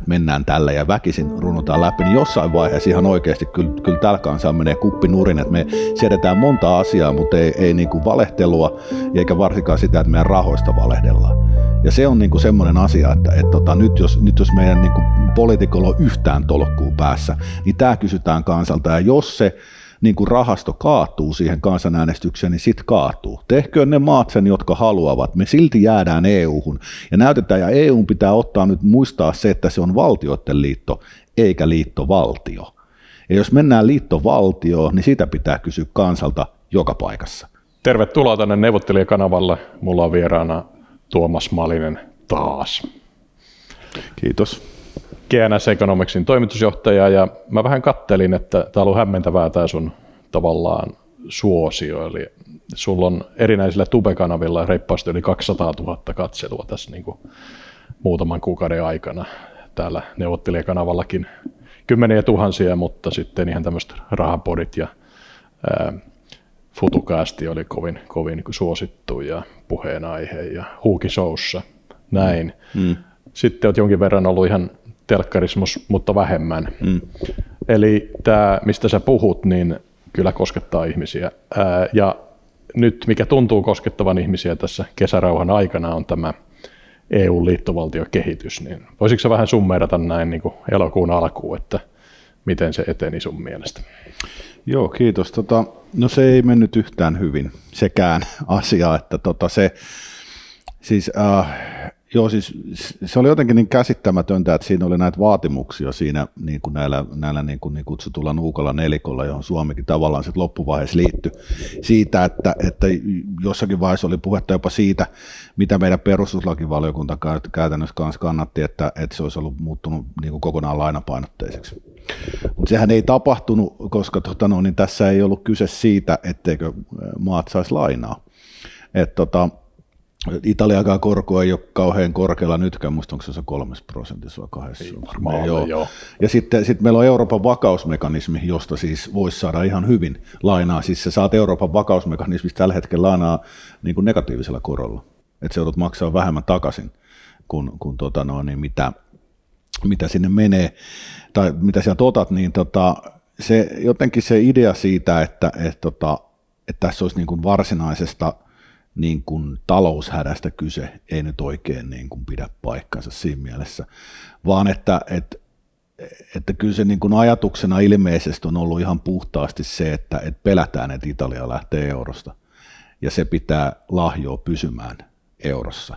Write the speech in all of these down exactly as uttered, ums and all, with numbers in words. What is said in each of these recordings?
mennään tällä ja väkisin runutaan läpi, niin jossain vaiheessa ihan oikeasti kyllä, kyllä tällä kanssa menee kuppi nurin, että me siedetään monta asiaa, mutta ei, ei niin kuin valehtelua eikä varsinkaan sitä, että meidän rahoista valehdellaan. Ja se on niin kuin semmoinen asia, että, että tota, nyt, jos, nyt jos meidän niin kuin poliitikolla on yhtään tolkkuu päässä, niin tämä kysytään kansalta, ja jos se niin kuin rahasto kaatuu siihen kansanäänestykseen, niin sit kaatuu. Tehköön ne maat sen, jotka haluavat. Me silti jäädään E U-hun ja näytetään, ja E U:n pitää ottaa nyt muistaa se, että se on valtioiden liitto, eikä liittovaltio. Ja jos mennään liittovaltioon, niin sitä pitää kysyä kansalta joka paikassa. Tervetuloa tänne neuvottelijakanavalle. Mulla on vieraana Tuomas Malinen taas. Kiitos. G N S Economicsin toimitusjohtaja, ja mä vähän kattelin, että tämä on ollut hämmentävää tämä sun tavallaan suosio, eli sulla on erinäisillä Tube-kanavilla reippaasti yli kaksisataatuhatta katselua tässä niin kuin muutaman kuukauden aikana. Täällä neuvottelijakanavallakin kymmeniä tuhansia, mutta sitten ihan tämmöiset rahapodit ja ää, Futucasti oli kovin, kovin niin kuin suosittu ja puheenaihe ja huukishoussa, näin. Mm. Sitten olet jonkin verran ollut ihan telkkarismus, mutta vähemmän. Mm. Eli tämä, mistä sä puhut, niin kyllä koskettaa ihmisiä. Ää, ja nyt, mikä tuntuu koskettavan ihmisiä tässä kesärauhan aikana, on tämä E U-liittovaltiokehitys. Niin voisitko sä vähän summeerata näin niin kuin elokuun alkuun, että miten se eteni sun mielestä? Joo, kiitos. Tota, no se ei mennyt yhtään hyvin, sekään asia, että tota se, siis... Äh, Joo, siis se oli jotenkin niin käsittämätöntä, että siinä oli näitä vaatimuksia siinä niin kuin näillä, näillä niin kuin niin kutsutulla nuukalla nelikolla, johon Suomikin tavallaan sitten loppuvaiheessa liittyi siitä, että, että jossakin vaiheessa oli puhetta jopa siitä, mitä meidän perustuslakivaliokunta käytännössä kanssa kannatti, että, että se olisi ollut muuttunut niin kuin kokonaan lainapainotteiseksi. Mutta sehän ei tapahtunut, koska tota, no, niin tässä ei ollut kyse siitä, etteikö maat saisi lainaa. Et, tota, Italiakaan korko ei ole kauhean korkealla nytkään, muista onko se kolmes prosentissa vai kahdessa? Varmaan joo. joo. Ja sitten sit meillä on Euroopan vakausmekanismi, josta siis voisi saada ihan hyvin lainaa. Siis sä saat Euroopan vakausmekanismista tällä hetkellä lainaa niin kuin negatiivisella korolla. Että se joudut maksaa vähemmän takaisin kuin, kuin tota no, niin mitä, mitä sinne menee tai mitä sieltä otat. Niin tota, se, jotenkin se idea siitä, että, että, että, että tässä olisi niin kuin varsinaisesta niin kuin taloushädästä kyse, ei nyt oikein niin kuin pidä paikkansa siinä mielessä, vaan että, että, että kyllä se niin kuin ajatuksena ilmeisesti on ollut ihan puhtaasti se, että, että pelätään, että Italia lähtee eurosta, ja se pitää lahjoa pysymään eurossa.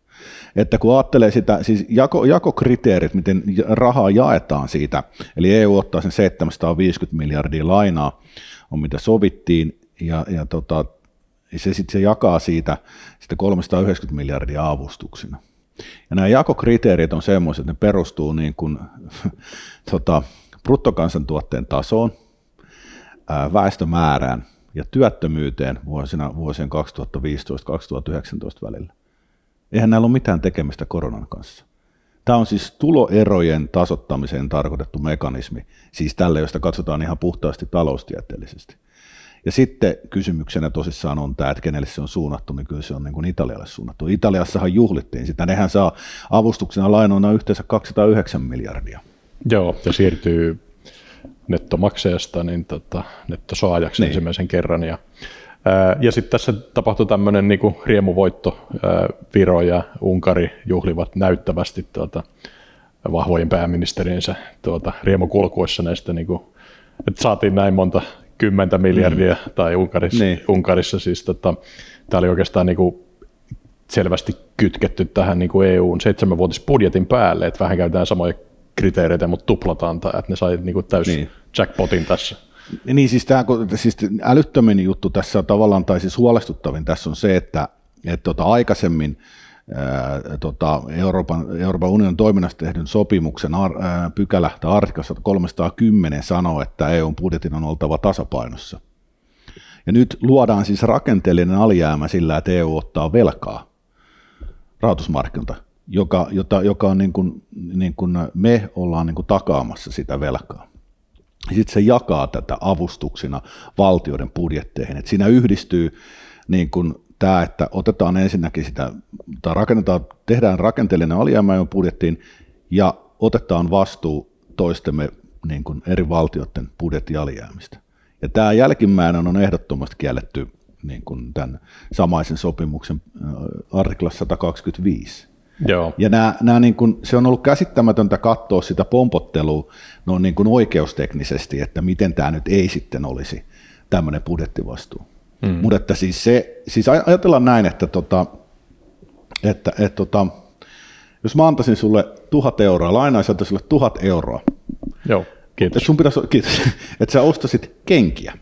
Että kun ajattelee sitä, siis jako, jakokriteerit, miten rahaa jaetaan siitä, eli E U ottaa sen seitsemänsataaviisikymmentä miljardia lainaa, on mitä sovittiin, ja, ja tota, se sitten se jakaa siitä sitten kolmesataayhdeksänkymmentä miljardia avustuksina. Ja nämä jakokriteerit on semmoiset, että ne perustuu niin kuin, tota, bruttokansantuotteen tasoon, ää, väestömäärään ja työttömyyteen vuosina, vuosien kaksituhattaviisitoista kaksituhattayhdeksäntoista välillä. Eihän näillä ole mitään tekemistä koronan kanssa. Tämä on siis tuloerojen tasoittamiseen tarkoitettu mekanismi, siis tälle, josta katsotaan ihan puhtaasti taloustieteellisesti. Ja sitten kysymyksenä tosissaan on tämä, että kenelle se on suunnattu, niin kyllä se on niin kuin Italialle suunnattu. Italiassahan juhlittiin sitä, nehän saa avustuksena lainoina yhteensä kaksisataayhdeksän miljardia. Joo, ja siirtyy nettomaksajasta niin tota, nettosaajaksi niin ensimmäisen kerran. Ja, ää, ja sitten tässä tapahtui tämmöinen niin kuin riemuvoitto, ää, Viro ja Unkari juhlivat näyttävästi tuota, vahvojen pääministerinsä tuota, riemukulkuessa näistä, niin kuin, että saatiin näin monta kymmentä miljardia, mm. tai Unkarissa, niin. Unkarissa siis tota, tämä oli oikeastaan niin kuin selvästi kytketty tähän niin kuin E U:n seitsemänvuotisbudjetin päälle, että vähän käytetään samoja kriteereitä, mutta tuplataan, että ne sai niin kuin täysin niin. jackpotin tässä. Niin siis, tämä, siis älyttömin juttu tässä on tavallaan, tai siis huolestuttavin tässä on se, että, että tota, aikaisemmin ää, tota, Euroopan, Euroopan unionin toiminnasta tehdyn sopimuksen ar, ää, pykälä tai artiklassa kolmesataakymmenen sanoo, että E U:n budjetin on oltava tasapainossa. Ja nyt luodaan siis rakenteellinen alijäämä sillä, että E U ottaa velkaa rahoitusmarkkinoilta, joka, jota, joka on niin kuin, niin kuin me ollaan niin kuin takaamassa sitä velkaa. Sitten se jakaa tätä avustuksina valtioiden budjetteihin. Et siinä yhdistyy niin kuin tämä, että otetaan ensinnäkin sitä, tai rakennetaan, tehdään rakenteellinen alijäämä budjettiin ja otetaan vastuu toistemme niin kuin eri valtioiden budjettialijäämistä. Ja tämä jälkimmäinen on ehdottomasti kielletty niin kuin tämän samaisen sopimuksen artiklassa sata kaksikymmentäviisi. Joo. Ja nämä, nämä niin kuin, se on ollut käsittämätöntä katsoa sitä pompottelua no niin kuin oikeusteknisesti, että miten tämä nyt ei sitten olisi tämmöinen budjettivastuu. Hmm. Mutta että siis, se, siis ajatellaan näin, että, tota, että, että tota, jos mä antaisin sulle tuhat euroa, lainaisin sulle tuhat euroa, Joo, kiitos. Että sun pitäisi, kiitos, että sä ostasit kenkiä.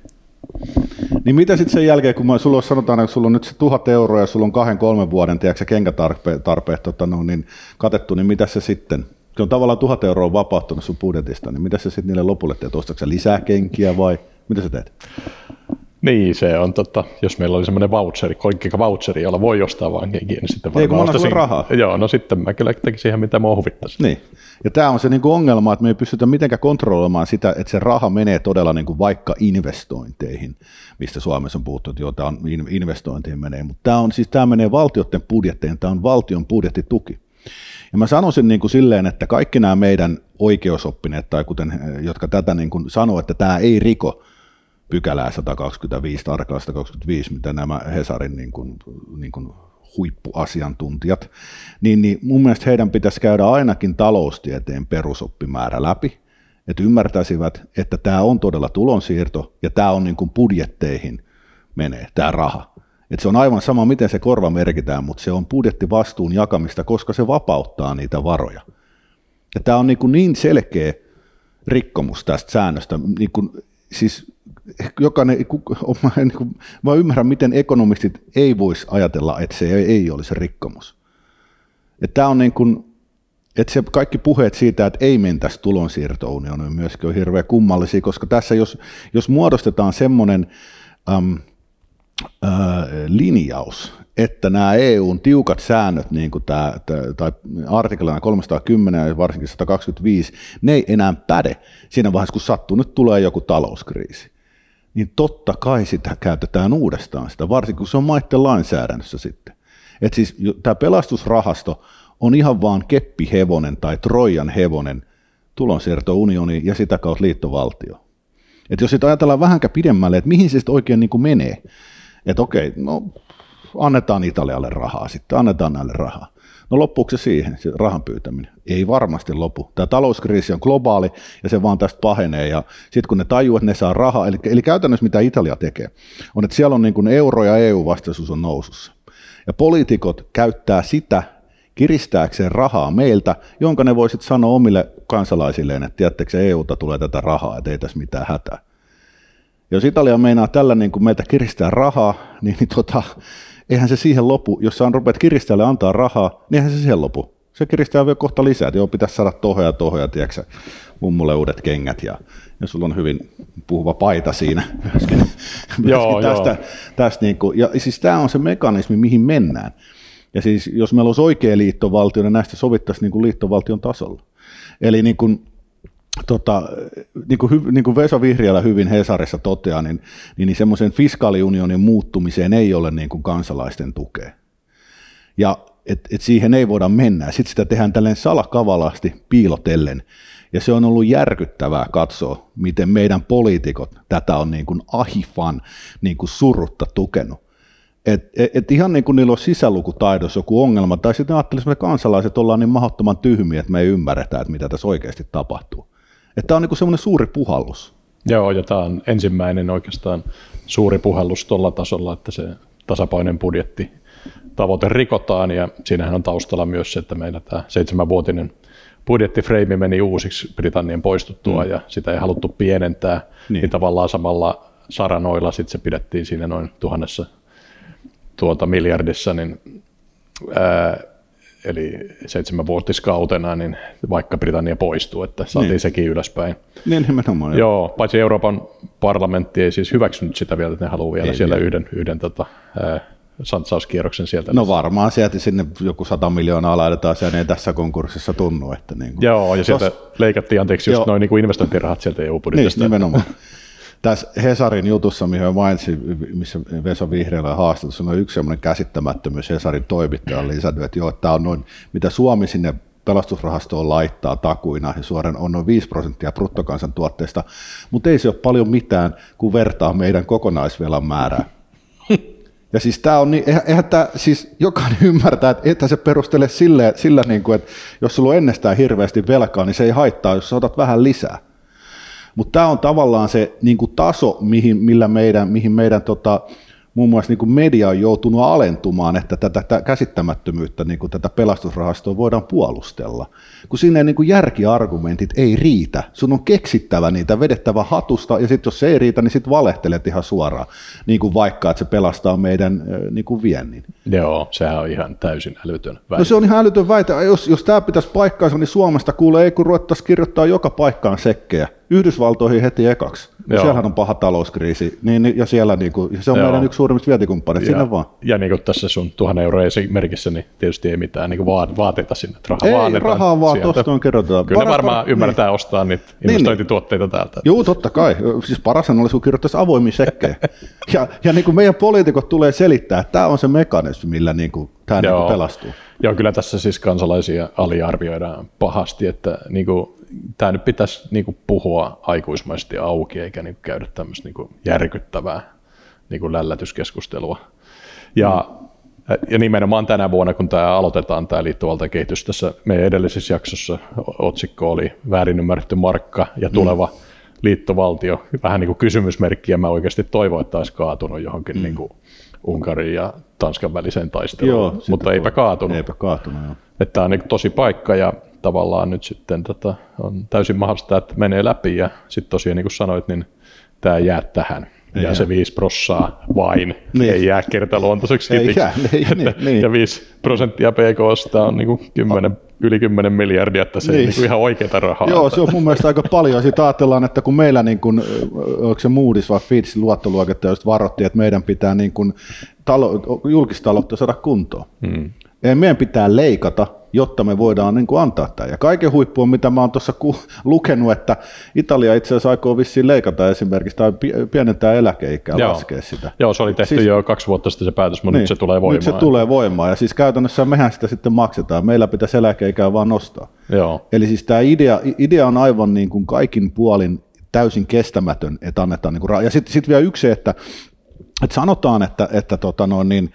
Niin mitä sitten sen jälkeen, kun mä, sulla sanotaan, että sulla on nyt se tuhat euroa ja sulla on kahden, kolmen vuoden tiedätkö, kenkätarpeet tarpeet, tota, no, niin katettu, niin mitä se sitten? Se on tavallaan tuhat euroa vapauttanut sun budjetista, niin mitä se sitten niille lopulle teet? Ostatko sä lisää kenkiä vai mitä sä teet? Niin, se on totta. Jos meillä oli semmoinen voucheri, koikka voucheri, jolla voi ostaa vaan kenkiä, niin sitten varmaan varmaan ostasin rahaa. Joo, no sitten mä kyllä tekisin ihan mitä mua huvittaisi. Niin. Ja tämä on se niinku ongelma, että me ei pystytä mitenkään kontrolloimaan sitä, että se raha menee todella niinku vaikka investointeihin, mistä Suomessa on puhuttu, että jotain investointeihin menee, mutta tämä on siis tämä menee valtioiden budjetteihin, tämä on valtion budjettituki. Ja mä sanoisin niin kuin silleen, että kaikki nämä meidän oikeusoppineet, tai kuten, jotka tätä niin kuin sanoo, että tämä ei riko pykälää sata kaksikymmentäviisi, tarkkaan sata kaksikymmentäviisi, mitä nämä Hesarin niin kuin, niin kuin huippuasiantuntijat, niin, niin mun mielestä heidän pitäisi käydä ainakin taloustieteen perusoppimäärä läpi, että ymmärtäisivät, että tämä on todella tulonsiirto, ja tämä on niin kuin budjetteihin menee, tämä raha. Et se on aivan sama, miten se korva merkitään, mutta se on budjettivastuun jakamista, koska se vapauttaa niitä varoja. Ja tämä on niin, kuin niin selkeä rikkomus tästä säännöstä. Niin kuin, siis jokainen, mä, niin kuin, mä ymmärrän, miten ekonomistit ei voisi ajatella, että se ei olisi rikkomus. Että tämä on niin kuin, että se kaikki puheet siitä, että ei mentäisi tulonsiirtounioniin myöskin on hirveän kummallisia, koska tässä jos, jos muodostetaan semmoinen äm, linjaus, että nämä E U:n tiukat säännöt, niin kuin tämä, tai artiklana kolmesataakymmenen ja varsinkin sata kaksikymmentäviisi, ne ei enää päde siinä vaiheessa, kun sattuu, nyt tulee joku talouskriisi, niin totta kai sitä käytetään uudestaan sitä, varsinkin kun se on maiden lainsäädännössä sitten. Että siis tämä pelastusrahasto on ihan vaan keppihevonen tai Trojan hevonen tulonsiirtounioni ja sitä kautta liittovaltio. Että jos sitä ajatellaan vähänkään pidemmälle, että mihin se sitten oikein niin kuin menee, että okei, no annetaan Italialle rahaa sitten, annetaan näille rahaa. No loppuuko se siihen, se rahan pyytäminen? Ei varmasti lopu. Tämä talouskriisi on globaali ja se vaan tästä pahenee ja sitten kun ne tajuu, että ne saa rahaa, eli, eli käytännössä mitä Italia tekee, on, että siellä on niin kuin euro- ja E U-vastaisuus on nousussa. Ja poliitikot käyttää sitä kiristääkseen rahaa meiltä, jonka ne voisit sanoa omille kansalaisilleen, että tiedättekö, E U:ta tulee tätä rahaa, että ei tässä mitään hätää. Jos Italia meinaa tällä niin kuin meiltä kiristää rahaa, niin, niin tota, eihän se siihen lopu. Jos sä rupeat kiristäjälle antaa rahaa, niin eihän se siihen lopu. Se kiristää vielä kohta lisää, että joo, pitäisi saada tohoja tohoja, tiedätkö mummulle uudet kengät ja, ja sulla on hyvin puhuva paita siinä myöskin, joo, myöskin tästä. tästä niin kuin, ja siis tämä on se mekanismi, mihin mennään. Ja siis jos meillä olisi oikea liittovaltio, niin näistä sovittaisiin niin kuin liittovaltion tasolla. Eli niin kuin, tota, niin kuin, niin kuin Vesa Vihriälä hyvin Hesarissa toteaa, niin, niin, niin semmoisen fiskaaliunionin muuttumiseen ei ole niin kuin kansalaisten tukea. Ja et, et siihen ei voida mennä. Sitten sitä tehdään tälleen salakavalasti piilotellen. Ja se on ollut järkyttävää katsoa, miten meidän poliitikot tätä on niin kuin ahifan niin kuin surutta tukenut. Et, et, et ihan niin kuin niillä on sisälukutaidossa joku ongelma, tai sitten ajattelisimme, että kansalaiset ollaan niin mahdottoman tyhmiä, että me ei ymmärretä, että mitä tässä oikeasti tapahtuu. Tämä on niin kuin semmoinen suuri puhallus. Joo, ja tämä on ensimmäinen oikeastaan suuri puhallus tuolla tasolla, että se tasapainoinen budjetti tavoite rikotaan, ja siinähän on taustalla myös se, että meillä tämä seitsemänvuotinen budjettifreimi meni uusiksi Britannian poistuttua, mm. ja sitä ei haluttu pienentää, niin, niin tavallaan samalla saranoilla sitten se pidettiin siinä noin tuhannessa tuota miljardissa, niin, ää, eli seitsemänvuotiskautena, niin vaikka Britannia poistuu, että saatiin niin sekin ylöspäin. Niin nimenomaan. Joo, paitsi Euroopan parlamentti ei siis hyväksynyt sitä vielä, että ne haluaa vielä ei, siellä ei. yhden, yhden tota, ää, santsauskierroksen sieltä. No varmaan sieltä sinne joku sata miljoonaa laitetaan, se ei tässä konkurssissa tunnu. Että niin kuin. Joo, ja sieltä Tos... leikattiin anteeksi just noin niin kuin investointirahat sieltä E U-budjetista. Niin, nimenomaan. Tässä Hesarin jutussa, mihin mainitsin, missä Vesa Vihriälä haastattelussa, on yksi sellainen käsittämättömyys Hesarin toimittaja on lisännyt, että joo, tämä on noin, mitä Suomi sinne pelastusrahastoon laittaa takuina ja suoraan on noin viisi prosenttia bruttokansantuotteesta, mutta ei se ole paljon mitään, kun vertaa meidän kokonaisvelan määrää. Ja siis tämä on niin, eihän tämä, siis jokainen ymmärtää, että ethän se perustele sillä, sillä niin kuin, että jos sulla on ennestään hirveästi velkaa, niin se ei haittaa, jos sä otat vähän lisää. Mutta tämä on tavallaan se niin kuin taso, mihin, millä meidän, mihin meidän tota, muun muassa niin kuin media on joutunut alentumaan, että tätä, tätä käsittämättömyyttä, niin kuin tätä pelastusrahastoa voidaan puolustella. Kun sinne niin kuin järkiargumentit ei riitä, sun on keksittävä niitä, vedettävä hatusta, ja sitten jos se ei riitä, niin sitten valehtelet ihan suoraan, niin kuin vaikka, että se pelastaa meidän niin kuin viennin. Joo, sehän on ihan täysin älytön väite. No se on ihan älytön väite. Jos, jos tämä pitäisi paikkaansa, niin Suomesta kuulee, ei kun ruvettaisiin kirjoittaa joka paikkaan sekkejä. Yhdysvaltoihin heti ekaksi. Siellähän on paha talouskriisi, niin, ja siellä niin kuin, se on Joo. meidän yksi suurimmista vientikumppaneita, sinne vaan. Ja niin kuin tässä sun tuhannen euroa esimerkissä, niin tietysti ei mitään niin vaateta sinne, että rahaa ei, vaan annetaan. Ei, rahaa vaan tuosta kerrotaan. Kyllä paras, varmaan par... ymmärtää niin. ostaa niitä investointituotteita niin. täältä. Joo, totta kai. Siis parashan olisi, kun kirjoittaisi avoimia sekkejä. ja ja niin kuin meidän poliitikot tulee selittää, että tämä on se mekanismi, millä niin kuin, tämä niin kuin pelastuu. Joo, kyllä tässä siis kansalaisia aliarvioidaan pahasti, että niin kuin, tämä nyt pitäisi niin kuin, puhua aikuismaisesti auki, eikä niin kuin, käydä tämmöistä niin kuin, järkyttävää niin kuin, lällätyskeskustelua. Ja, mm. ja nimenomaan tänä vuonna, kun tämä aloitetaan, tämä liittovaltakehitys, tässä meidän edellisessä jaksossa otsikko oli väärin ymmärretty markka ja tuleva mm. liittovaltio. Vähän niin kuin kysymysmerkki, ja mä oikeasti toivon, että olisi kaatunut johonkin mm. niin kuin, Unkarin ja Tanskan väliseen taisteluun, Joo, mutta eipä kaatunut. Eipä kaatunut jo. Että tämä on niin tosi paikka ja tavallaan nyt sitten tota, on täysin mahdollista, että menee läpi ja sitten tosiaan niin kuin sanoit, niin tämä jää tähän. Ei ja jää. Se viisi prossaa vain niin. ei jää kertaluontoiseksi hitiksi. Niin, niin, niin. Ja viisi prosenttia P K:sta on niin kuin kymmenen, yli kymmenen miljardia, että se niin. ei niin kuin ihan oikeaa rahaa. Joo, se on mun mielestä aika paljon. Sitten ajatellaan, että kun meillä, niin kuin, onko se Moody's vai Fitch luottoluokittaja just varoitti, että meidän pitää niin kuin talo, julkistaloutta saada kuntoon. Hmm. Ja meidän pitää leikata, jotta me voidaan niin kuin antaa tämä. Ja kaiken huippu on, mitä mä oon tuossa ku- lukenut, että Italia itse asiassa aikoo vissiin leikata esimerkiksi tai pienentää eläkeikää, Joo. laskea sitä. Joo, se oli tehty siis, jo kaksi vuotta sitten se päätös, mutta niin, nyt se tulee voimaan. Nyt se tulee voimaan, ja siis käytännössä mehän sitä sitten maksetaan. Meillä pitäisi eläkeikää vaan nostaa. Joo. Eli siis tämä idea, idea on aivan niin kuin kaikin puolin täysin kestämätön, että annetaan niin kuin ra- Ja sitten sit vielä yksi, että, että sanotaan, että, että tota noin, niin,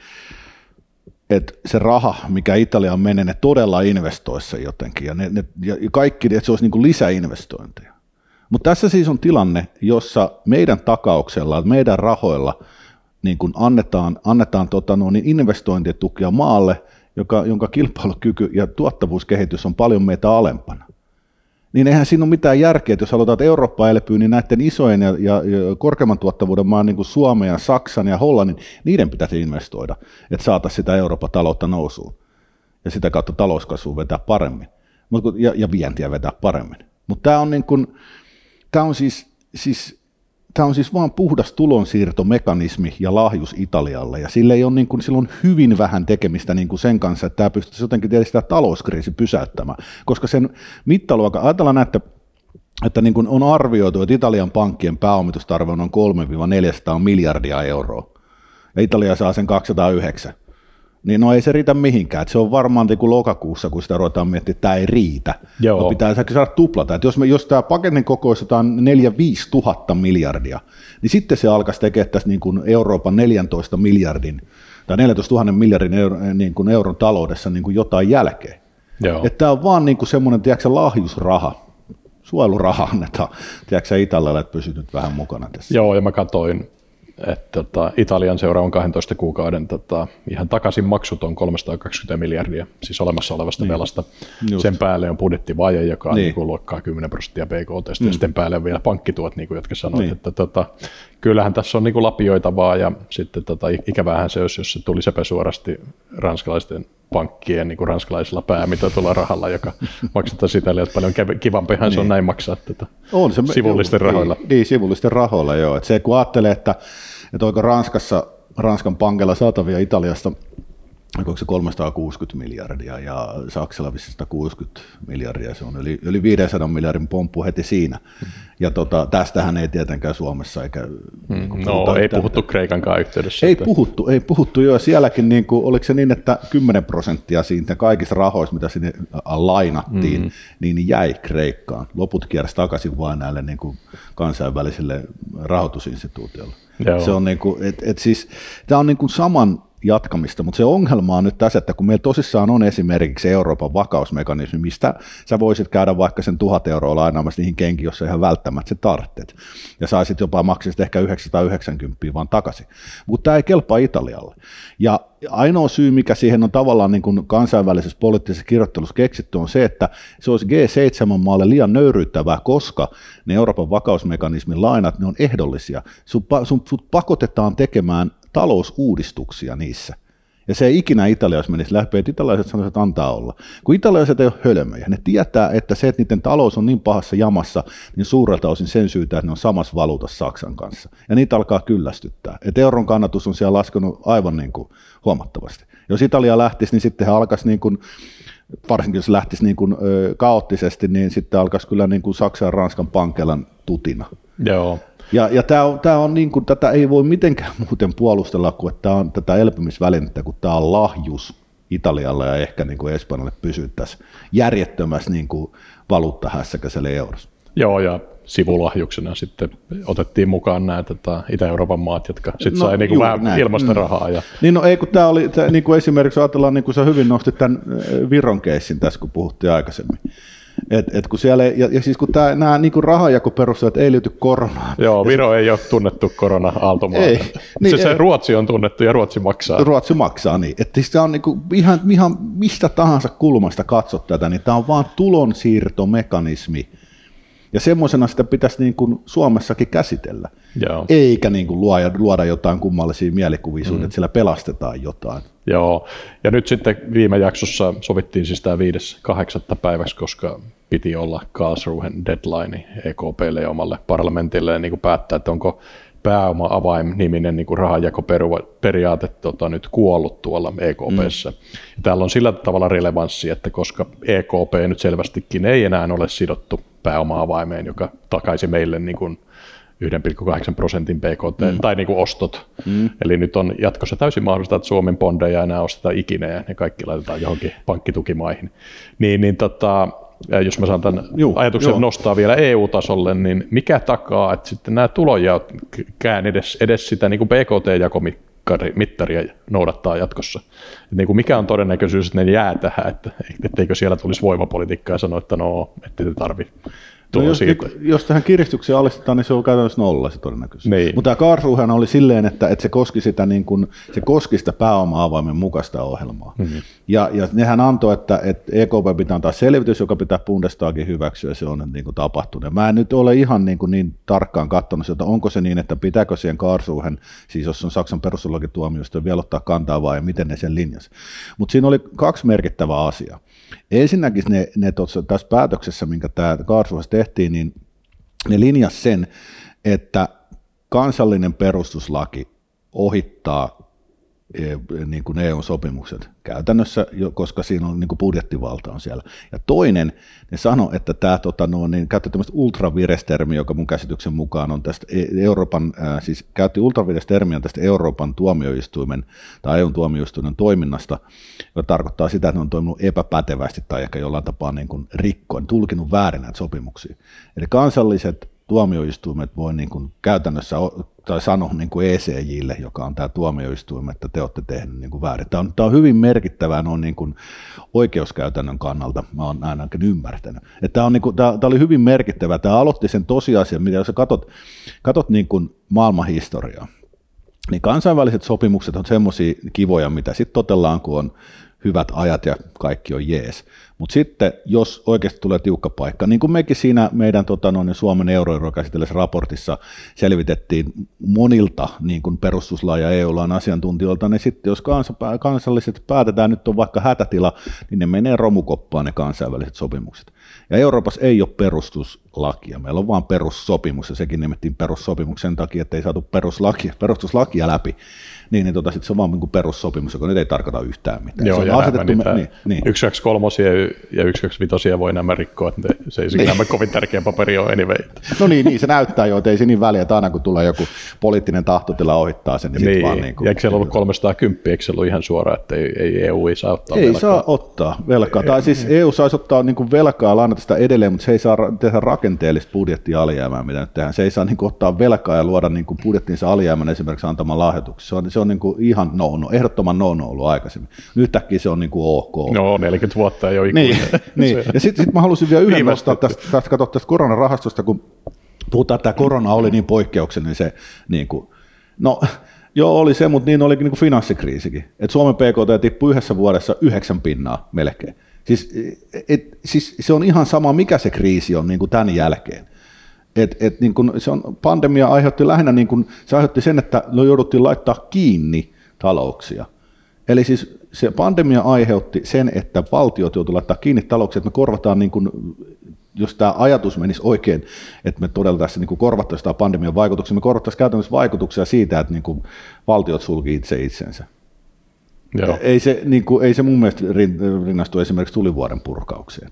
että se raha, mikä Italiaan menee, ne todella investoissa jotenkin, ja, ne, ne, ja kaikki, että se olisi niin kuin lisäinvestointeja. Mutta tässä siis on tilanne, jossa meidän takauksella, meidän rahoilla niin kuin annetaan, annetaan tota no, niin investointitukia maalle, joka, jonka kilpailukyky ja tuottavuuskehitys on paljon meitä alempana. Niin eihän siinä ole mitään järkeä, että jos halutaan, että Eurooppa elpyy, niin näiden isojen ja, ja, ja korkeamman tuottavuuden maan, niin kuin Suomen ja Saksan ja Hollannin, niiden pitäisi investoida, että saataisiin sitä Euroopan taloutta nousuun ja sitä kautta talouskasvua vetää paremmin ja, ja vientiä vetää paremmin. Mutta tämä on, niin kuin, tämä on siis, siis Tämä on siis vain puhdas tulonsiirtomekanismi ja lahjus Italialle, ja sillä, ei ole niin kuin, sillä on hyvin vähän tekemistä niin kuin sen kanssa, että tämä pystyisi jotenkin tietysti sitä talouskriisi pysäyttämään, koska sen mittaluokan, ajatellaan, että, että niin kuin on arvioitu, että Italian pankkien pääomitustarve on noin kolme neljäsataa miljardia euroa, ja Italia saa sen kaksisataayhdeksän. Niin no ei se riitä mihinkään, että se on varmaan niin kuin lokakuussa, kun sitä ruvetaan miettimään, että tämä ei riitä, no pitää saada tuplata, että jos, me, jos tämä paketin kokoistetaan neljä viisi tuhatta miljardia, niin sitten se alkaisi tekemään tässä niin kuin Euroopan neljäntoista miljardin tai neljäntoista tuhannen miljardin euro, niin kuin euron taloudessa niin kuin jotain jälkeen. Että tämä on vaan niin kuin semmoinen, tiedätkö, lahjusraha, suojeluraha annetaan, tiedätkö, Italialle, että pysyt nyt vähän mukana tässä. Joo, ja mä katsoin, että tota, Italian seuraavan kahdentoista kuukauden tota, ihan takaisin maksut on kolmesataakaksikymmentä miljardia, siis olemassa olevasta niin, velasta. Just. Sen päälle on budjettivaje, joka on niin. Niin kuin luokkaa kymmenen prosenttia B K T, mm. ja sitten päälle on vielä pankkituot, niin kuin jotka sanoit, niin. että tota, kyllähän tässä on niin kuin lapioitavaa, ja sitten tota, ikävähän se olisi, jos se tulisi epäsuorasti ranskalaisten pankkien niin kuin ranskalaisella päämitoitulla rahalla, joka maksetaan Italialta paljon kivampihan niin. Se on näin maksaa tätä on se, sivullisten joo, rahoilla. Niin, niin, sivullisten rahoilla, joo. Et se kun ajattelee, että, että onko Ranskassa, Ranskan pankilla saatavia Italiasta onko se kolmesataakuusikymmentä miljardia ja Saksalla vissiin sata kuusikymmentä miljardia, se on yli, yli viisisataa miljardin pomppu heti siinä. Mm. Ja tota, tästähän ei tietenkään Suomessa eikä... Mm. Niin no ei puhuttu Kreikankaan yhteydessä. Ei että... puhuttu, ei puhuttu jo. Sielläkin niin kuin, oliko se niin, että kymmenen prosenttia siitä kaikista rahoista, mitä sinne lainattiin, mm. niin jäi Kreikkaan. Loput kiersi takaisin vain näille niin kuin kansainvälisille rahoitusinstituutioille. Joo. Se on niin kuin, et, et siis, tämä on niin kuin saman jatkamista, mutta se ongelma on nyt tässä, että kun meillä tosissaan on esimerkiksi Euroopan vakausmekanismi, mistä sä voisit käydä vaikka sen tuhat euroa lainaamassa niihin kenkiin, jos sä ihan välttämättä se tarvitset, ja saisit jopa maksasit ehkä yhdeksänsataayhdeksänkymmentä vaan takaisin, mutta tämä ei kelpaa Italialle. Ja ainoa syy, mikä siihen on tavallaan niin kuin kansainvälisessä poliittisessa kirjoittelussa keksitty, on se, että se olisi G seitsemän maalle liian nöyryyttävää, koska ne Euroopan vakausmekanismin lainat, ne on ehdollisia. Sut, sut pakotetaan tekemään talousuudistuksia niissä. Ja se ei ikinä Italiassa menisi läpi, että italialaiset sanoisivat, että antaa olla. Kun italialaiset ei ole hölmöjä, ne tietää, että se, että niiden talous on niin pahassa jamassa, niin suurelta osin sen syytä, että ne on samassa valuutassa Saksan kanssa. Ja niitä alkaa kyllästyttää. Että euron kannatus on siellä laskenut aivan niin kuin huomattavasti. Jos Italia lähtisi, niin sitten he alkaisi, niin kuin, varsinkin jos lähtisi niin kuin, ö, kaoottisesti, niin sitten alkaisi kyllä niin kuin Saksan ja Ranskan pankelan tutina. Joo. Ja, ja tämä on, tää on niin kuin, tätä ei voi mitenkään muuten puolustella, kuin että tämä on tätä elpymisvälinettä, kun tämä on lahjus Italialle ja ehkä niin kuin Espanjalle pysyttäisiin järjettömässä niin kuin valuuttahässäkäisellä eurossa. Joo, ja sivulahjuksena sitten otettiin mukaan nämä tota, Itä-Euroopan maat, jotka sitten no, sai niin kuin vähän näin. ilmasta mm. rahaa. Ja... Niin, no ei, kun tämä oli, tää, niin kuin esimerkiksi ajatellaan, niin kuin sä hyvin nostit tämän Viron keissin tässä, kun puhuttiin aikaisemmin. Et, et kun siellä, ja, ja siis kun tää, nämä niin rahajakoperusteet ei liity koronaan. Joo, Viro se, ei ole tunnettu korona-aaltomaan. Ei. Niin, se, se ei, Ruotsi on tunnettu ja Ruotsi maksaa. Ruotsi maksaa, niin. Että siis on niin kuin ihan, ihan mistä tahansa kulmasta katsot tätä, niin tämä on vaan tulonsiirtomekanismi. Ja semmoisena sitä pitäisi niin kuin Suomessakin käsitellä. Joo. Eikä niin kuin luoda, luoda jotain kummallisia mielikuvia, mm. että sillä pelastetaan jotain. Joo, ja nyt sitten viime jaksossa sovittiin siis tämä viides kahdeksatta päiväksi, koska piti olla Karlsruhen deadline E K P:lle ja omalle parlamentille niin kuin päättää, että onko pääoma-avain-niminen niin kuin rahanjakoperiaate tota, nyt kuollut tuolla E K P:ssä. Mm. Täällä on sillä tavalla relevanssi, että koska E K P nyt selvästikin ei enää ole sidottu pääoma-avaimeen, joka takaisi meille niin kuin yksi pilkku kahdeksan prosentin B K T mm. tai niin kuin ostot. Mm. Eli nyt on jatkossa täysin mahdollista, että Suomen bondeja enää ostetaan ikinä ja ne kaikki laitetaan johonkin pankkitukimaihin. Niin, niin tota, jos mä saan tämän Juh, ajatuksen joo. nostaa vielä E U-tasolle, niin mikä takaa, että sitten nämä tulonjaotkään edes, edes sitä niin kuin B K T-jakomittaria noudattaa jatkossa. Et niin kuin mikä on todennäköisyys, että ne jää tähän, että etteikö siellä tulisi voimapolitiikkaa ja sanoa, että no, ette te tarvitse. No jos, jos tähän kiristykseen alistetaan, niin se on käytännössä nolla se todennäköisesti. Niin. Mutta tämä Karlsruhe oli silleen, että, että se koski sitä, niin kuin, se koski sitä pääoma-avaimen mukaista ohjelmaa. Mm-hmm. Ja, ja nehän antoi, että, että E K P pitää antaa selvitys, joka pitää Bundestagin hyväksyä, ja se on niin kuin tapahtunut. Mä en nyt ole ihan niin, kuin niin tarkkaan katsonut, että onko se niin, että pitääkö siihen Karlsruhen, siis jos on Saksan perustuslakituomioistuin, vielä ottaa kantaa vai miten ne sen linjasi. Mutta siinä oli kaksi merkittävää asiaa. Ensinnäkin ne, ne tuossa, tässä päätöksessä, minkä tämä Karlsruhessa tehtiin, niin ne linjasi sen, että kansallinen perustuslaki ohittaa niin kuin E U-sopimukset käytännössä, koska siinä on niin kuin budjettivalta on siellä. Ja toinen, ne sanoi, että tämä tota, no, niin, käytti tämmöistä ultravires-termiä, joka mun käsityksen mukaan on tästä Euroopan, äh, siis käytti ultravires-termiä tästä Euroopan tuomioistuimen tai E U-tuomioistuimen toiminnasta, joka tarkoittaa sitä, että ne on toiminut epäpätevästi tai ehkä jollain tapaa niin kuin rikkoen, tulkinut väärin näitä sopimuksia. Eli kansalliset tuomioistuimet voi niin kuin käytännössä tai sanoa niin kuin E C J:lle, joka on tämä tuomioistuin, että te olette tehneet niin kuin väärin. Tämä on, tämä on hyvin merkittävää noin niin kuin oikeuskäytännön kannalta, mä oon ainakin ymmärtänyt. Että tämä, on niin kuin, tämä, tämä oli hyvin merkittävää. Tämä aloitti sen tosiasian, mitä jos sä katot, katot niin kuin maailmanhistoriaa, niin kansainväliset sopimukset on semmoisia kivoja, mitä sitten totellaan, kun on hyvät ajat ja kaikki on jees. Mutta sitten, jos oikeasti tulee tiukka paikka, niin kuin mekin siinä meidän tota, no, Suomen euroeroa käsitellessä raportissa selvitettiin monilta niin kuin perustuslain ja E U-lain asiantuntijoilta, niin sitten jos kansalliset päätetään, nyt on vaikka hätätila, niin ne menee romukoppaan ne kansainväliset sopimukset. Ja Euroopassa ei ole perustuslakia, meillä on vain perussopimus, ja sekin nimettiin perussopimuksen sen takia, että ei saatu peruslakia, perustuslakia läpi. Niin, niin tota, sit se on vaan niin kuin perussopimus, joka nyt ei tarkoita yhtään mitään. Joo, se on ja asetettu niitä me, niin, niin. yksi kaksi kolme ja yksi kaksi viisi voi nämä rikkoa, että se ei niin. Nämä kovin tärkeä paperi ole anyway. No niin, niin, se näyttää jo, että ei se niin väliä, että aina kun tulee joku poliittinen tahtotila ohittaa sen, niin, niin. sitten vaan niin kuin... Ja eikö siellä ollut kolmesataakymmenen, eikö se ollut ihan suoraan, että ei, ei E U ei saa ottaa ei velkaa? Ei saa ottaa velkaa, tai siis E U saisi ottaa niin kuin velkaa, lainata sitä edelleen, mutta se ei saa tehdä rakenteellista budjettia alijäämää, mitä nyt tehdään. Se ei saa niin kuin ottaa velkaa ja luoda niin kuin budjettinsa alijäämän esimerkiksi antamaan lahjoituksia. Se on, se on niin kuin ihan no, no, ehdottoman no-no ollut aikaisemmin. Nyt äkkiä se on niin kuin ok. No, neljäkymmentä vuotta ei ole ikuinen. Niin, niin. Ja sitten sit mä halusin vielä yhden nostaa tästä, tästä, katsoa tästä koronarahastosta, kun puhutaan, että tämä korona oli niin poikkeuksellinen se, niin kuin, no joo oli se, mutta niin oli niin kuin finanssikriisikin. Et Suomen P K T tippui yhdessä vuodessa yhdeksän pinnaa melkein. Siis, et, siis se on ihan sama, mikä se kriisi on niin kuin tämän jälkeen. Et, et, niin kun se on, pandemia aiheutti lähinnä, niin kun, se aiheutti sen, että jouduttiin laittaa kiinni talouksia. Eli siis se pandemia aiheutti sen, että valtiot joutuivat laittaa kiinni talouksia, että me korvataan, niin kun, jos tämä ajatus menisi oikein, että me todella tässä niin korvattaisiin tämä pandemian vaikutuksia, me korvattaisiin käytännössä vaikutuksia siitä, että niin kun valtiot sulki itse itsensä. Joo. Ei, se, niin kuin, ei se mun mielestä rinnastu esimerkiksi tulivuoren purkaukseen.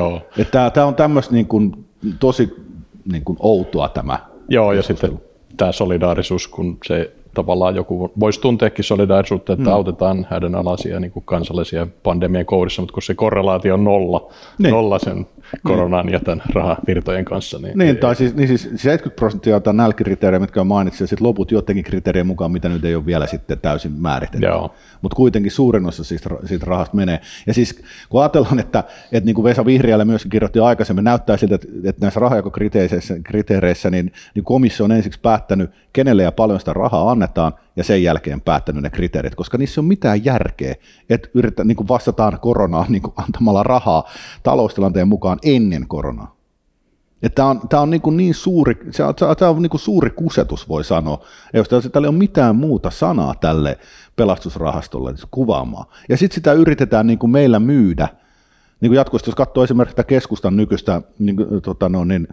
Tämä on tämmöistä niin kuin, tosi niin kuin outoa tämä. Joo, ja sitten tämä solidaarisuus, kun se tavallaan joku voisi tunteekin solidaarisuutta, että mm. autetaan hädänalaisia niin kuin kansallisia pandemian kourissa, mutta kun se korrelaatio on nolla, niin. nolla sen koronan niin. ja tämän rahavirtojen kanssa. Niin, niin, tai siis, niin siis seitsemänkymmentä prosenttia on näillä kriteerejä, mitkä mainitsin, ja sitten loput jotenkin kriteerien mukaan, mitä nyt ei ole vielä sitten täysin määritelty. Mutta kuitenkin suurin osa siitä, siitä rahasta menee. Ja siis kun ajatellaan, että, että niin kuin Vesa Vihriälä myöskin kirjoitti aikaisemmin, näyttää siltä, että, että näissä rahajakokriteereissä kriteereissä, niin, niin komissio on ensiksi päättänyt, kenelle ja paljon sitä rahaa annetaan, ja sen jälkeen päättänyt ne kriteerit, koska niissä ei ole mitään järkeä, että yritetään, niin kuin vastataan koronaan niin kuin antamalla rahaa taloustilanteen mukaan ennen koronaa. Tämä on, tämä on niin, kuin niin suuri, se on, tämä on niin kuin suuri kusetus, voi sanoa, jos täällä ei ole mitään muuta sanaa tälle pelastusrahastolle kuvaamaan. Ja sitten sitä yritetään niin kuin meillä myydä, niin kuin jatkuvasti, jos katsoo esimerkiksi tätä keskustan nykyistä niin kuin, tota no, niin,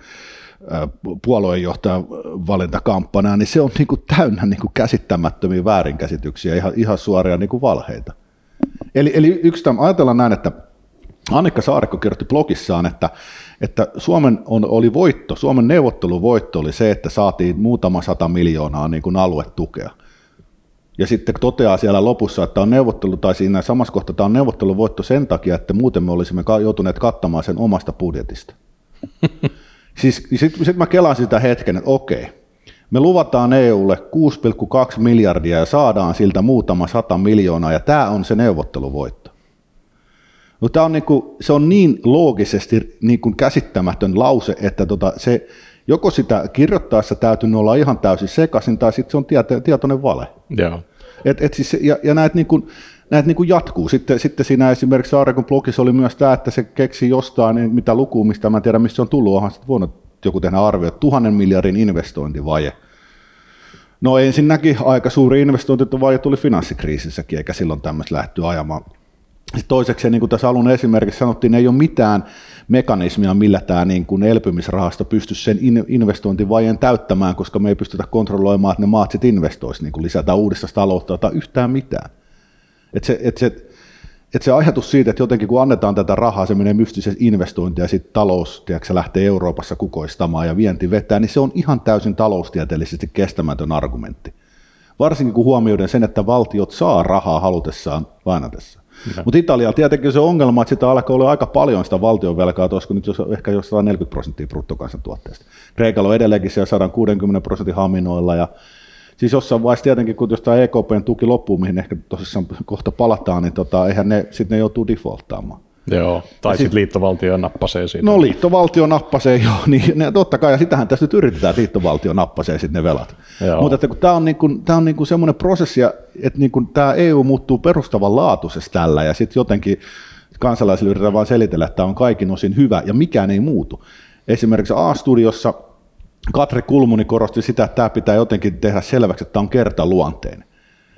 puolueenjohtajan valintakampanjaa, niin se on niin kuin täynnä niin kuin käsittämättömiä väärinkäsityksiä, ihan, ihan suoria niin kuin valheita. Eli, eli yksi tämän, ajatellaan näin, että Annikka Saarikko kirjoitti blogissaan, että, että Suomen on, oli voitto, Suomen neuvotteluvoitto oli se, että saatiin muutama sata miljoonaa niin kuin aluetukea. Ja sitten toteaa siellä lopussa, että on neuvottelu, tai siinä samassa kohtaa tämä on neuvotteluvoitto sen takia, että muuten me olisimme joutuneet kattamaan sen omasta budjetista. Siis sitten sit mä kelaan sitä hetken, että okei, me luvataan E U:lle kuusi pilkku kaksi miljardia ja saadaan siltä muutama sata miljoonaa, ja tämä on se neuvotteluvoitto. No, tää on niinku, se on niin loogisesti niinku käsittämätön lause, että tota, se, joko sitä kirjoittaessa täytyy olla ihan täysin sekaisin, tai sitten se on tiet- tietoinen vale. Joo. Et, et siis, ja, ja näitä niinku, näet niin kuin jatkuu. Sitten, sitten siinä esimerkiksi Saarikon blogissa oli myös tämä, että se keksi jostain, niin mitä lukua, mistä mä en tiedä, missä se on tullut, onhan sitten voinut joku tehdä arvio, että tuhannen miljardin investointivaje. No ensinnäkin aika suuri investointivaje tuli finanssikriisissäkin, eikä silloin tämmöistä lähty ajamaan. Sitten toiseksi, niin kuin tässä alun esimerkiksi sanottiin, ei ole mitään mekanismia, millä tämä niin kuin elpymisrahasto pystyisi sen investointivajeen täyttämään, koska me ei pystytä kontrolloimaan, että ne maat sitten investoisivat, niin kuin lisätään uudesta taloutta tai yhtään mitään. Että se, et se, et se ajatus siitä, että jotenkin kun annetaan tätä rahaa, se menee mystisen investointia ja sitten talous tiedätkö, lähtee Euroopassa kukoistamaan ja vienti vetää, niin se on ihan täysin taloustieteellisesti kestämätön argumentti. Varsinkin kun huomioiden sen, että valtiot saa rahaa halutessaan lainatessa. Mutta Italialla tietenkin se ongelma, että sitä alkaa olla aika paljon sitä valtionvelkaa, olisiko nyt jos, ehkä jos sata neljäkymmentä prosenttia bruttokansantuotteesta. Kreikalla on edelleenkin siellä sata kuusikymmentä prosentin haminoilla ja siis jossain vaiheessa tietenkin, kun jos tämä E K P:n tuki loppuu, mihin ehkä tosissaan kohta palataan, niin tota, eihän ne, sitten ne joutuu defaulttaamaan. Joo, tai sitten sit liittovaltio nappasee siitä. No liittovaltio nappasee, joo, niin ne, totta kai, ja sitähän tässä nyt yritetään, että liittovaltio nappasee sitten ne velat. Joo. Mutta että kun tämä on, niin kuin, tämä on niin kuin semmoinen prosessi, että niin kuin tämä E U muuttuu perustavanlaatuisesti tällä, ja sitten jotenkin kansalaisille yritetään vaan selitellä, että tämä on kaikin osin hyvä, ja mikään ei muutu. Esimerkiksi A-studiossa Katri Kulmuni korosti sitä, että tämä pitää jotenkin tehdä selväksi, että tämä on kertaluonteinen.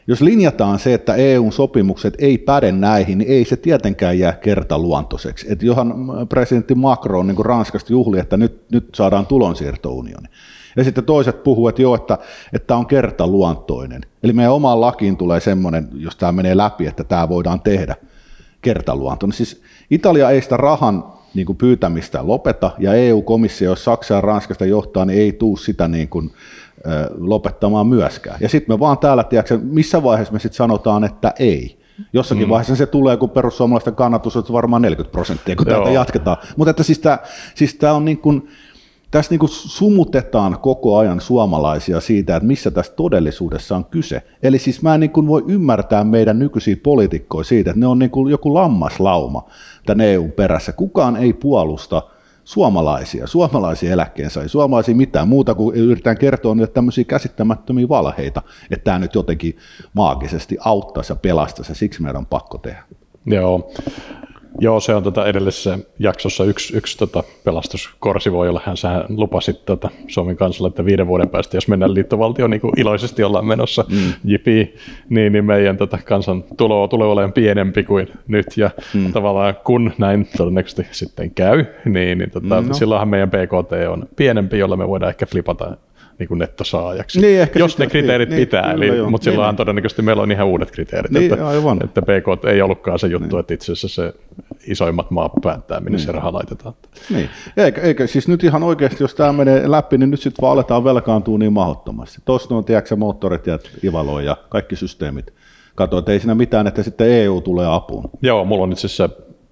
Jos linjataan se, että E U-sopimukset ei päde näihin, niin ei se tietenkään jää kertaluontoiseksi. Että johan presidentti Macron niin kuin Ranskasta juhli, että nyt, nyt saadaan tulonsiirtounioni. Ja sitten toiset puhuu, että joo, että, että tämä on kertaluontoinen. Eli meidän omaan lakiin tulee semmoinen, jos tämä menee läpi, että tämä voidaan tehdä kertaluontoinen. Siis Italia ei sitä rahan niin kuin pyytämistä lopeta, ja E U-komissio, jos Saksa ja Ranskasta johtaa, niin ei tule sitä niin kuin, ö, lopettamaan myöskään. Ja sitten me vaan täällä, tiedätkö, missä vaiheessa me sitten sanotaan, että ei. Jossakin mm. vaiheessa se tulee, kun perussuomalaisten kannatus on varmaan neljäkymmentä prosenttia, kun täältä jatketaan. Mutta että siis tämä siis on niin kuin, tässä niin kuin sumutetaan koko ajan suomalaisia siitä, että missä tässä todellisuudessa on kyse. Eli siis mä en niin kuin voi ymmärtää meidän nykyisiä poliitikkoja siitä, että ne on niin kuin joku lammaslauma tämän E U:n perässä. Kukaan ei puolusta suomalaisia, suomalaisia eläkkeensä, ei suomalaisia mitään muuta kuin yritetään kertoa niitä tämmöisiä käsittämättömiä valheita, että tämä nyt jotenkin maagisesti auttaisi ja pelastaisi, ja siksi meidän on pakko tehdä. Joo. Joo, se on tota edellisessä jaksossa yksi, yksi tota pelastuskorsi voi olla. Hän sähän lupasit tota Suomen kansalle, että viiden vuoden päästä, jos mennään liittovaltioon, niin kuin iloisesti ollaan menossa, mm. jipi, niin, niin meidän tota kansan tulo tulee olemaan pienempi kuin nyt. Ja mm. tavallaan kun näin todennäköisesti sitten käy, niin, niin tota, no. silloinhan meidän B K T on pienempi, jolla me voidaan ehkä flipata niin kuin nettosaajaksi, niin, jos ne kriteerit niin, pitää, niin, eli, mutta silloinhan niin, todennäköisesti meillä on ihan uudet kriteerit, niin, että, että B K T ei ollutkaan se juttu, niin. että itse asiassa se isoimmat maat päättää, minne niin. se raha laitetaan. Niin. Eikä, eikä, siis nyt ihan oikeasti, jos tämä menee läpi, niin nyt sitten vaan aletaan velkaantua niin mahdottomasti. Tuossa on, tiedätkö, moottorit ja Ivaloi ja kaikki systeemit. Kato, että ei siinä mitään, että sitten E U tulee apuun. Joo, mulla on itse asiassa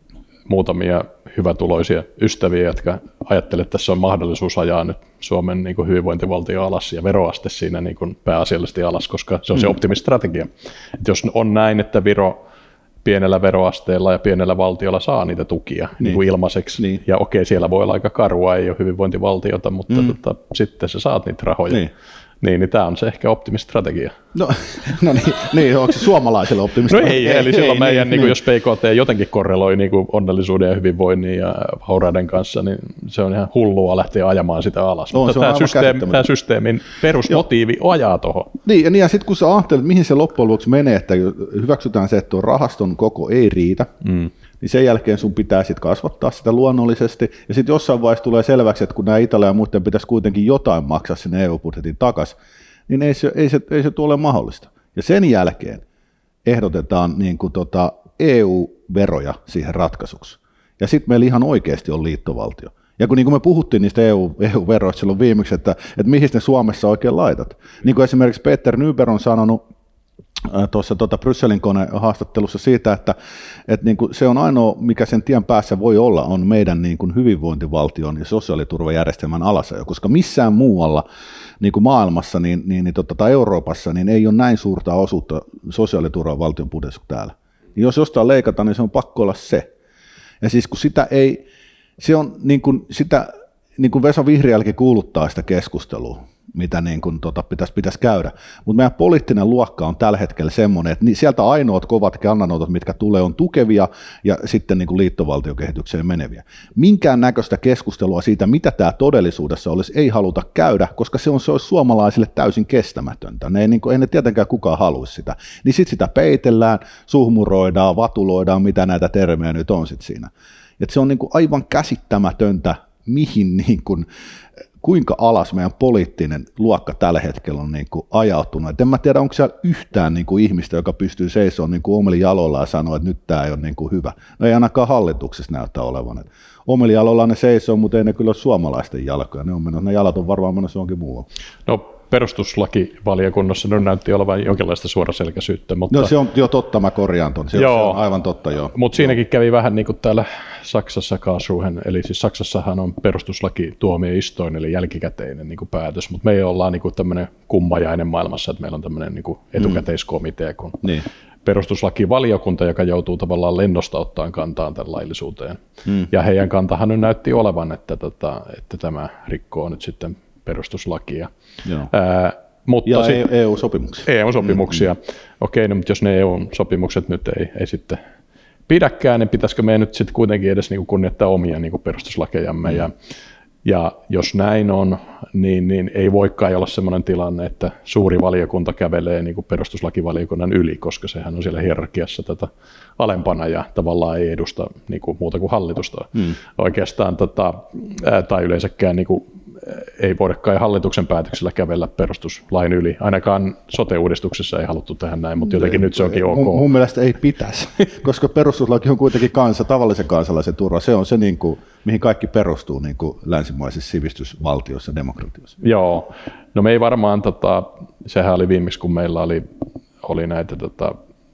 muutamia hyvätuloisia ystäviä, jotka ajattelevat, että tässä on mahdollisuus ajaa nyt Suomen niin kuin hyvinvointivaltio alas ja veroaste siinä niin kuin pääasiallisesti alas, koska se on mm. se optimistrategia. Et jos on näin, että Viro pienellä veroasteella ja pienellä valtiolla saa niitä tukia niin. Niin kuin ilmaiseksi, niin. ja okei, siellä voi olla aika karua, ei ole hyvinvointivaltiota, mutta mm. tota, sitten sä saat niitä rahoja. Niin. Niin, niin tämä on se ehkä optimistrategia. No, no niin, niin, onko se suomalaiselle optimistrategia? No ei, eli silloin ei, meidän, niin, niin, niin. jos P K T jotenkin korreloi niin kuin onnellisuuden ja hyvinvoinnin ja haurauden kanssa, niin se on ihan hullua lähteä ajamaan sitä alas. No, mutta tämä, systeemi, tämä systeemin perusmotiivi Joo. ajaa tuohon. Niin, ja, niin, ja sitten kun sä ajattelet, mihin se loppujen lopuksi menee, että hyväksytään se, että tuo rahaston koko ei riitä, mm. niin sen jälkeen sun pitää sitten kasvattaa sitä luonnollisesti, ja sitten jossain vaiheessa tulee selväksi, että kun nämä Italia ja muiden pitäisi kuitenkin jotain maksaa sinne E U-budjetin takaisin, niin ei se, ei, se, ei se tule mahdollista. Ja sen jälkeen ehdotetaan niin kuin tota E U-veroja siihen ratkaisuksi. Ja sitten meillä ihan oikeasti on liittovaltio. Ja kun, niin kuin me puhuttiin niistä E U, E U-veroista silloin viimeksi, että, että mihin ne Suomessa oikein laitat. Niin kuin esimerkiksi Peter Nyberg on sanonut tuossa tuota Brysselin kone haastattelussa siitä, että, että niin kuin se on ainoa, mikä sen tien päässä voi olla, on meidän niin kuin hyvinvointivaltion ja sosiaaliturvajärjestelmän alasajo, koska missään muualla niin kuin maailmassa niin, niin, niin, tota, tai Euroopassa niin ei ole näin suurta osuutta sosiaaliturvan valtion budjetissa kuin täällä. Niin jos jostain leikataan, niin se on pakko olla se. Ja siis kun sitä ei, se on niin kuin sitä, niin kuin Vesa Vihriälki kuuluttaa sitä keskustelua, mitä niin kuin, tota, pitäisi, pitäisi käydä. Mutta meidän poliittinen luokka on tällä hetkellä semmoinen, että sieltä ainoat kovat kannanotot, mitkä tulee, on tukevia ja sitten niin kuin liittovaltiokehitykseen meneviä. Minkään näköistä keskustelua siitä, mitä tämä todellisuudessa olisi, ei haluta käydä, koska se, on, se olisi suomalaisille täysin kestämätöntä. Ne ei, niin kuin, ei ne tietenkään kukaan haluaisi sitä. Niin sitten sitä peitellään, suhmuroidaan, vatuloidaan, mitä näitä termejä nyt on sitten siinä. Et se on niin kuin aivan käsittämätöntä, mihin niin kuin, kuinka alas meidän poliittinen luokka tällä hetkellä on niin kuin ajautunut. Et en mä tiedä, onko siellä yhtään niin kuin ihmistä, joka pystyy seisomaan niin kuin omilla jaloillaan ja sanoa, että nyt tämä ei ole niin kuin hyvä. No ei ainakaan hallituksessa näyttää olevan. Et omilla jaloillaan ne seisoo, mutta ei ne kyllä ole suomalaisten jalkoja. Ne, on mennyt, ne jalat on varmaan menossa johonkin muualle. No perustuslakivaliokunnassa ne näytti olevan jonkinlaista suoraselkäisyyttä. Mutta... No se on jo totta, mä korjaan ton. Se, joo, se on aivan totta, joo. Mutta siinäkin kävi vähän niin kuin täällä Saksassa Karlsruhen, eli siis Saksassahan on perustuslakituomioistuin, eli jälkikäteinen niin kuin päätös, mutta me ollaan niin kuin tämmöinen kummajainen maailmassa, että meillä on tämmöinen niin kuin etukäteiskomitea, kun niin. perustuslakivaliokunta, joka joutuu tavallaan lennosta ottamaan kantaan tämän laillisuuteen. Hmm. Ja heidän kantahan nyt näytti olevan, että, tota, että tämä rikkoo nyt sitten perustuslakia. Ää, mutta ja sit, E U-sopimuksia. E U-sopimuksia. Mm-hmm. Okei, no, mutta jos ne E U-sopimukset nyt ei, ei sitten pidäkään, niin pitäisikö meidän nyt sitten kuitenkin edes niinku kunnioittaa omia niinku perustuslakejamme. Mm-hmm. Ja Ja jos näin on, niin, niin ei voikaan olla sellainen tilanne, että suuri valiokunta kävelee niin kuin perustuslakivaliokunnan yli, koska sehän on siellä hierarkiassa tätä alempana ja tavallaan ei edusta niin kuin muuta kuin hallitusta hmm. oikeastaan, tota, tai yleensäkään niin kuin, ei voidakaan hallituksen päätöksellä kävellä perustuslain yli. Ainakaan sote-uudistuksessa ei haluttu tehdä näin, mutta jotenkin ei, nyt se onkin ok. Mun, mun mielestä ei pitäisi, koska perustuslaki on kuitenkin kansa, tavallisen kansalaisen turva. Se on se, niin kuin, mihin kaikki perustuu niin kuin länsimaisessa sivistysvaltiossa, demokratiassa. Joo, no me ei varmaan, tota, sehän oli viimeksi, kun meillä oli, oli näitä tota,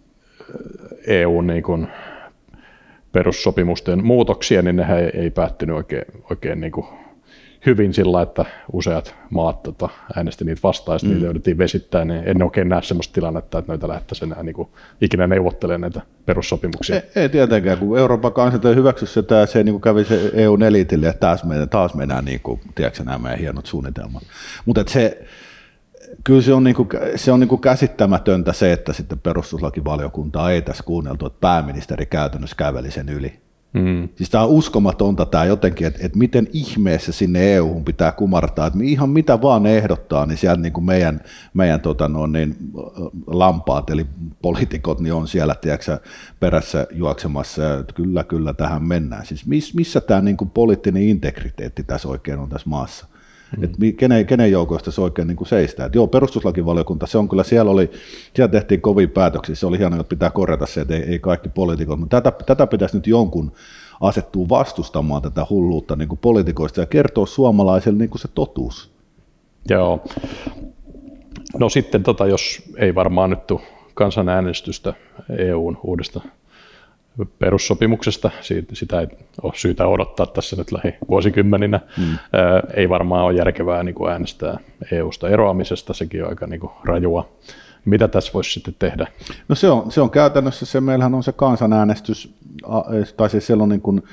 E U niin kuin perussopimusten muutoksia, niin nehän ei, ei päättynyt oikein, oikein niin kuin hyvin sillä, että useat maat tota, äänesti niitä vastaan, ja mm. niitä jouduttiin vesittää, niin en oikein näe sellaista tilannetta, että noita lähtäisi enää niin kuin, ikinä neuvottelemaan näitä perussopimuksia. Ei, ei tietenkään, kun Euroopan kansat ei hyväksy sitä, se niin kävi se E U-eliitille, että taas, me, taas mennään, niin kuin, tiedätkö, nämä meidän hienot suunnitelmat. Mutta se, kyllä se on, niin kuin, se on niin kuin käsittämätöntä se, että sitten perustuslakivaliokuntaa ei tässä kuunneltu, että pääministeri käytännössä käveli sen yli. Mm. Siis tämä on uskomatonta tämä jotenkin, että, että miten ihmeessä sinne E U:hun pitää kumartaa, että ihan mitä vaan ne ehdottaa, niin siellä niin kuin meidän, meidän tota no, niin, lampaat eli poliitikot niin on siellä tiedätkö, perässä juoksemassa ja kyllä kyllä tähän mennään. Siis miss, missä tämä niin kuin poliittinen integriteetti tässä oikein on tässä maassa? Mm. Että kenen, kenen joukoista se oikein niin kuin seistää. Että joo, perustuslakivaliokunta, se on kyllä, siellä, oli, siellä tehtiin kovia päätöksiä, se oli hienoa, että pitää korjata se, että ei, ei kaikki poliitikot, mutta tätä, tätä pitäisi nyt jonkun asettua vastustamaan tätä hulluutta niin kuin poliitikoista ja kertoa suomalaisille niin kuin se totuus. Joo. No sitten tota, jos ei varmaan nyt tule kansanäänestystä E U:n uudesta perussopimuksesta, sitä ei ole syytä odottaa tässä nyt lähivuosikymmeninä. Hmm. Ei varmaan ole järkevää niin kuin äänestää E U:sta eroamisesta, sekin on aika niin kuin rajua. Mitä tässä voisi sitten tehdä? No se on, se on käytännössä se, meillähän on se kansanäänestys, tai siis siellä on niin kuin,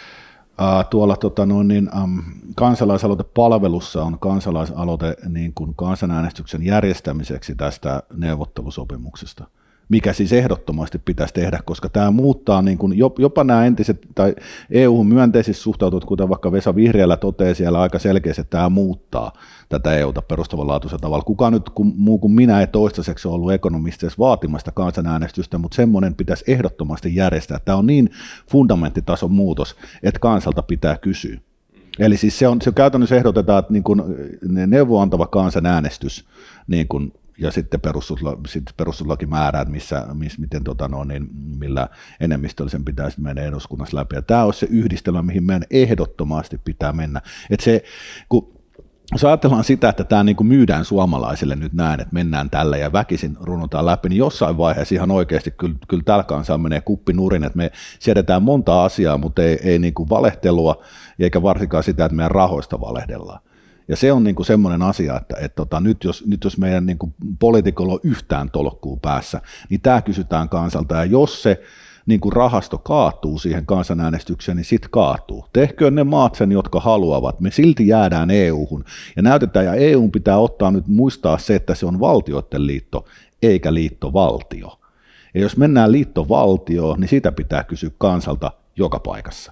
äh, tuolla tota noin, niin, ähm, kansalaisaloitepalvelussa on kansalaisaloite niin kuin kansanäänestyksen järjestämiseksi tästä neuvottelusopimuksesta, mikä siis ehdottomasti pitäisi tehdä, koska tämä muuttaa niin kuin jopa nämä entiset, tai E U-hun myönteisesti suhtautuvat, kuten vaikka Vesa Vihriälä toteaa siellä aika selkeästi, että tämä muuttaa tätä E U:ta perustavanlaatuisella tavalla. Kukaan nyt kun, muu kuin minä ei toistaiseksi ollut ekonomisteissa vaatimasta kansanäänestystä, mutta semmoinen pitäisi ehdottomasti järjestää. Tämä on niin fundamenttitason muutos, että kansalta pitää kysyä. Eli siis se on, se käytännössä ehdotetaan, että niin kuin neuvoantava kansanäänestys, niin kuin ja sitten perustuslaki, sitten perustuslaki määrää, että missä, missä, miten, tota no, niin, millä enemmistöllä sen pitäisi mennä eduskunnassa läpi. Ja tämä on se yhdistelmä, mihin meidän ehdottomasti pitää mennä. Et se, kun, jos ajatellaan sitä, että tämä niin kuin myydään suomalaisille nyt näin, että mennään tällä ja väkisin runotaan läpi, niin jossain vaiheessa ihan oikeasti kyllä, kyllä tällä kansalla menee kuppi nurin, että me siedetään monta asiaa, mutta ei, ei niin kuin valehtelua, eikä varsinkaan sitä, että meidän rahoista valehdellaan. Ja se on niinku semmoinen asia, että et tota, nyt, jos, nyt jos meidän niinku poliitikolla on yhtään tolkkuu päässä, niin tämä kysytään kansalta, ja jos se niinku rahasto kaatuu siihen kansanäänestykseen, niin sit kaatuu. Tehköön ne maat sen, jotka haluavat. Me silti jäädään E U-hun, ja näytetään, ja E U:n pitää ottaa nyt muistaa se, että se on valtioiden liitto, eikä liittovaltio. Ja jos mennään liittovaltioon, niin sitä pitää kysyä kansalta joka paikassa.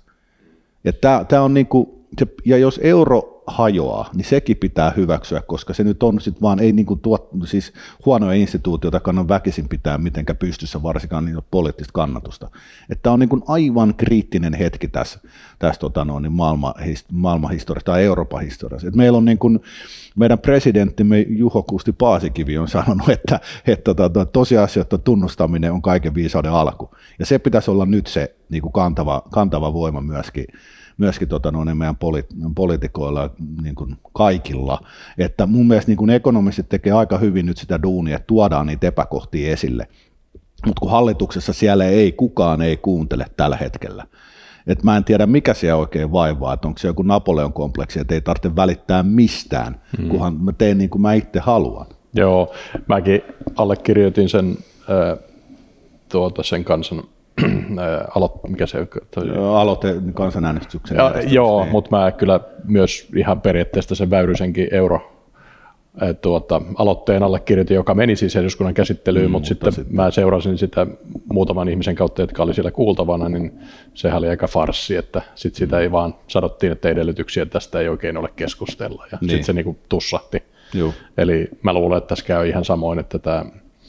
Tämä on niinku, se, ja jos euro hajoaa, niin sekin pitää hyväksyä, koska se nyt on sit vaan ei niinku tuot, siis huonoja instituutioita kannan väkisin pitää mitenkään pystyssä, varsinkaan niin poliittista kannatusta. Tämä on niinku aivan kriittinen hetki tässä, tässä tota no, niin maailma, maailmanhistoriassa tai Euroopan historiassa. Et meillä on niinku, meidän presidenttimme Juho Kusti Paasikivi on sanonut, että, että tota, tosiasioiden tunnustaminen on kaiken viisauden alku. Ja se pitäisi olla nyt se niinku kantava, kantava voima myöskin, myöskin tota, no, meidän poli- poliitikoilla niin kuin kaikilla, että mun mielestä niin kuin ekonomistit tekee aika hyvin nyt sitä duunia, että tuodaan niitä epäkohtia esille, mutta kun hallituksessa siellä ei kukaan ei kuuntele tällä hetkellä. Et mä en tiedä, mikä siellä oikein vaivaa, että onko se joku Napoleon kompleksi, että ei tarvitse välittää mistään, hmm. kunhan mä teen niin kuin mä itse haluan. Joo, mäkin allekirjoitin sen, äh, tuota, sen kansan Aloite, mikä se on? Aloite kansanäänestyksen. Ja, joo, niin. Mutta mä kyllä myös ihan periaatteessa sen Väyrysenkin euro tuota, aloitteen allekirjoitin, joka meni siis eduskunnan käsittelyyn, mm, mutta, mutta sitten, sitten mä seurasin sitä muutaman ihmisen kautta, jotka oli siellä kuultavana, niin sehän oli aika farssi, että sitten sitä ei vaan sanottiin, että edellytyksiä tästä ei oikein ole keskustella, ja niin. sitten se niinku tussahti. Juh. Eli mä luulen, että tässä käy ihan samoin, että tämä,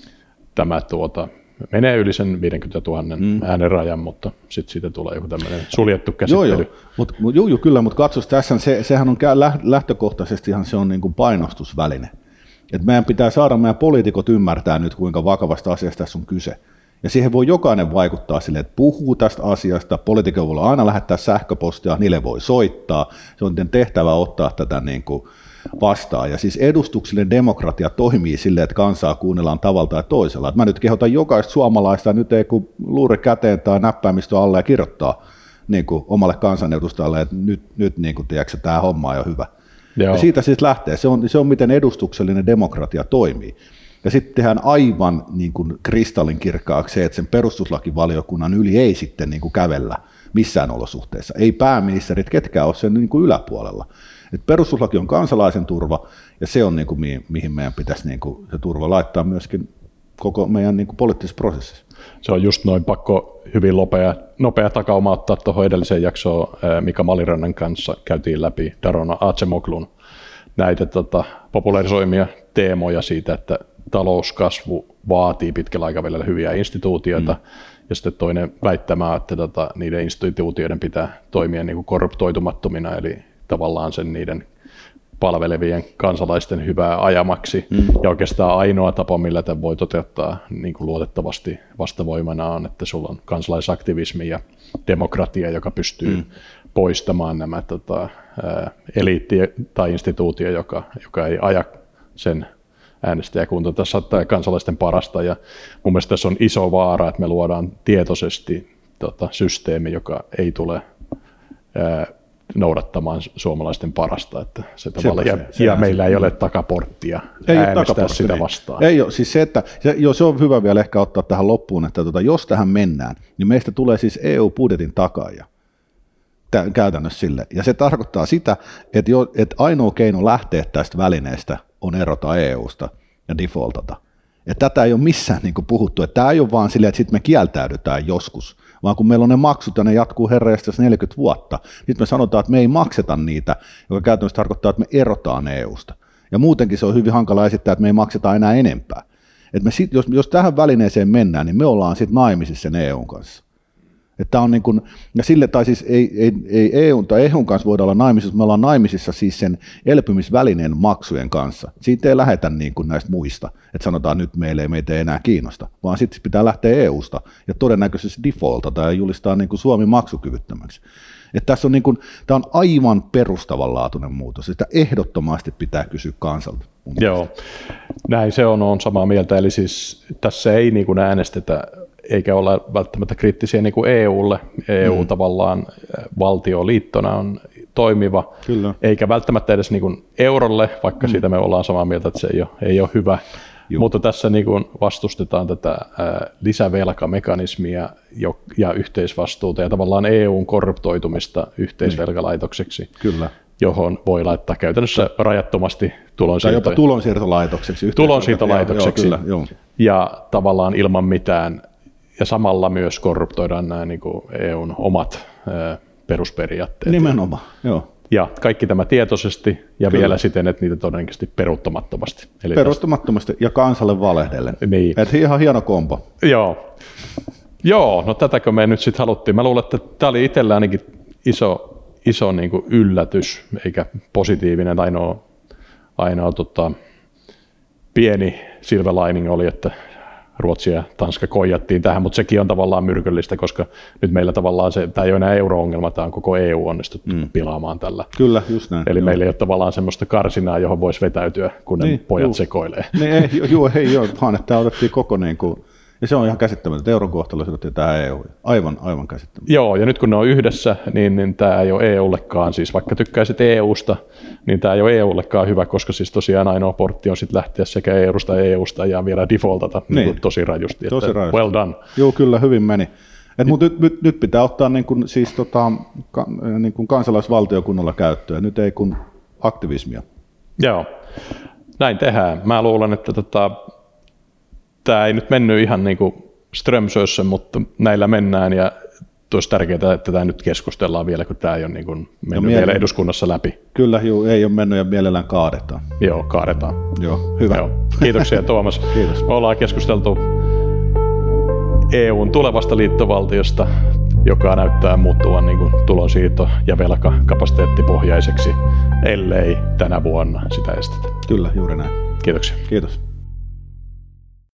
tämä tuota, menee yli sen viisikymmentätuhatta mm. äänen rajan, mutta sitten siitä tulee joku tämmöinen suljettu käsittely. Joo, joo. Mut, mut, joo, joo kyllä, mutta katsos, tässä se, sehän on lähtökohtaisestihan se on niin kuin painostusväline. Et meidän pitää saada meidän poliitikot ymmärtää nyt, kuinka vakavasta asiasta tässä on kyse. Ja siihen voi jokainen vaikuttaa silleen, että puhuu tästä asiasta, poliitikot voi aina lähettää sähköpostia, niille voi soittaa, se on niiden tehtävä ottaa tätä niin kuin vastaan. Ja siis edustuksellinen demokratia toimii silleen, että kansaa kuunnellaan tavalla tai toisella. Et mä nyt kehotan jokaista suomalaista, nyt ei kun luuri käteen tai näppäimistö alle ja kirjoittaa niin kuin omalle kansanedustajalle, että nyt, nyt niin kuin, tiedätkö, tämä homma on jo hyvä. Joo. Ja siitä siis lähtee. Se on, se on miten edustuksellinen demokratia toimii. Ja sitten tehdään aivan niin kuin kristallinkirkkaaksi se, että sen perustuslakivaliokunnan yli ei sitten niin kuin kävellä missään olosuhteissa. Ei pääministerit, ketkään ole sen niin kuin yläpuolella. Et perustuslaki on kansalaisen turva, ja se on niin kuin, mihin meidän pitäisi niin kuin, se turva laittaa myöskin koko meidän niin kuin, poliittisessa prosessissa. Se on just noin pakko hyvin nopea, nopea takauma ottaa tuohon edelliseen jaksoon. Mika Malirannan kanssa käytiin läpi Darona Acemoglun näitä tota, popularisoimia teemoja siitä, että talouskasvu vaatii pitkällä aikavälillä hyviä instituutioita, mm. ja sitten toinen väittämä, että tota, niiden instituutioiden pitää toimia niin kuin korruptoitumattomina, eli tavallaan sen niiden palvelevien kansalaisten hyvää ajamaksi. Mm. Ja oikeastaan ainoa tapa, millä tämän voi toteuttaa niin kuin luotettavasti vastavoimana on, että sulla on kansalaisaktivismi ja demokratia, joka pystyy mm. poistamaan nämä tota, eliitti tai instituutio, joka, joka ei aja sen äänestäjäkunta tässä tai kansalaisten parasta. Ja mun mielestä tässä on iso vaara, että me luodaan tietoisesti tota, systeemi, joka ei tule ää, noudattamaan suomalaisten parasta, että se tavalla, se, ja, se, ja se, meillä se, ei ole takaporttia ei äänestää sitä niin. vastaan. Ei ole, siis se, että, se, jo, se on hyvä vielä ehkä ottaa tähän loppuun, että tota, jos tähän mennään, niin meistä tulee siis E U-budjetin takaaja tä, käytännössä sille, ja se tarkoittaa sitä, että, jo, että ainoa keino lähteä tästä välineestä on erota E U:sta ja defaultata. Ja tätä ei ole missään niin kuin puhuttu, että tämä ei ole vaan silleen, että sitten me kieltäydytään joskus, vaan kun meillä on ne maksut ja ne jatkuu herranjestas neljäkymmentä vuotta, niin me sanotaan, että me ei makseta niitä, joka käytännössä tarkoittaa, että me erotaan E U:sta. Ja muutenkin se on hyvin hankala esittää, että me ei makseta enää enempää. Että me sit, jos, jos tähän välineeseen mennään, niin me ollaan sitten naimisissa sen E U:n kanssa. Että on niin kuin, ja sille, tai siis ei, ei, ei E U:n tai E U:n kanssa voida olla naimisissa, me ollaan naimisissa siis sen elpymisvälineen maksujen kanssa. Siitä ei lähetä niin kuin näistä muista, että sanotaan nyt meille ei meitä ei enää kiinnosta, vaan sitten pitää lähteä E U:sta ja todennäköisesti defaulta tai julistaa niin kuin Suomi maksukyvyttömäksi. Että tässä on, niin kuin, tämä on aivan perustavanlaatuinen muutos, sitä ehdottomasti pitää kysyä kansalta. Joo, näin se on, on samaa mieltä, eli siis tässä ei niin kuin äänestetä eikä olla välttämättä kriittisiä niin kuin E U:lle. E U mm. tavallaan valtioliittona on toimiva, Kyllä. eikä välttämättä edes niin kuin eurolle, vaikka mm. siitä me ollaan samaa mieltä, että se ei ole, ei ole hyvä. Juh. Mutta tässä niin kuin vastustetaan tätä lisävelkamekanismia ja yhteisvastuuta ja tavallaan E U:n korruptoitumista yhteisvelkalaitokseksi. Kyllä. Johon voi laittaa käytännössä rajattomasti tulonsiirtoja. Tai jopa tulonsiirtolaitokseksi. Tulonsiirtolaitokseksi. Joo, joo. Ja tavallaan ilman mitään, ja samalla myös korruptoidaan nämä niin kuin E U:n omat ää, perusperiaatteet. Nimenomaan, joo. Ja kaikki tämä tietoisesti ja Kyllä. vielä siten, että niitä todennäköisesti peruuttamattomasti. Eli peruuttamattomasti tästä... ja kansalle valehdellen. Niin. Että ihan hieno kombo. Joo. Joo, no tätäkö me nyt sitten haluttiin. Mä luulen, että tämä oli itsellä ainakin iso, iso niin kuin yllätys, eikä positiivinen. Ainoa, ainoa tota, pieni silver lining oli, että Ruotsi ja Tanska koijattiin tähän, mutta sekin on tavallaan myrkyllistä, koska nyt meillä tavallaan se, tämä ei ole enää euro-ongelma, tämä on koko E U onnistuttu mm. pilaamaan tällä. Kyllä, just näin. Eli joo. meillä ei ole tavallaan semmoista karsinaa, johon voisi vetäytyä, kun niin, ne pojat juu. sekoilee. Niin, ei, joo, ei ole, vaan että tämä otettiin koko niin kuin, ja se on ihan käsittämätöntä, euron kohtalo otettiin tähän E U. Aivan, aivan käsittämätöntä. Joo, ja nyt kun ne on yhdessä, niin, niin tämä ei ole E Ullekaan, siis vaikka tykkäisit E Usta, niin tämä ei ole E Ullekaan hyvä, koska siis tosiaan ainoa portti on sitten lähteä sekä E Usta ja E Usta ja vielä defaultata niin. Niin tosi rajusti. Tosi että rajusti. Well done. Joo, kyllä, hyvin meni. Mutta nyt, nyt, nyt pitää ottaa niin kun, siis tota, ka, niin kun kansalaisvaltiokunnalla käyttöön, nyt ei kun aktivismia. Joo. Näin tehdään. Mä luulen, että tota, tämä ei nyt mennyt ihan niin kuin Strömsössä, mutta näillä mennään ja olisi tärkeää, että tämä nyt keskustellaan vielä, kun tämä ei ole niin kuin mennyt vielä eduskunnassa läpi. Kyllä, juu, ei ole mennyt ja mielellään kaadetaan. Joo, kaadetaan. Joo, hyvä. Joo. Kiitoksia Tuomas. Kiitos. Me ollaan keskusteltu E U:n tulevasta liittovaltiosta, joka näyttää muuttuvan niin kuin tulonsiirto- ja velkakapasiteettipohjaiseksi, ellei tänä vuonna sitä estetä. Kyllä, juuri näin. Kiitoksia. Kiitos.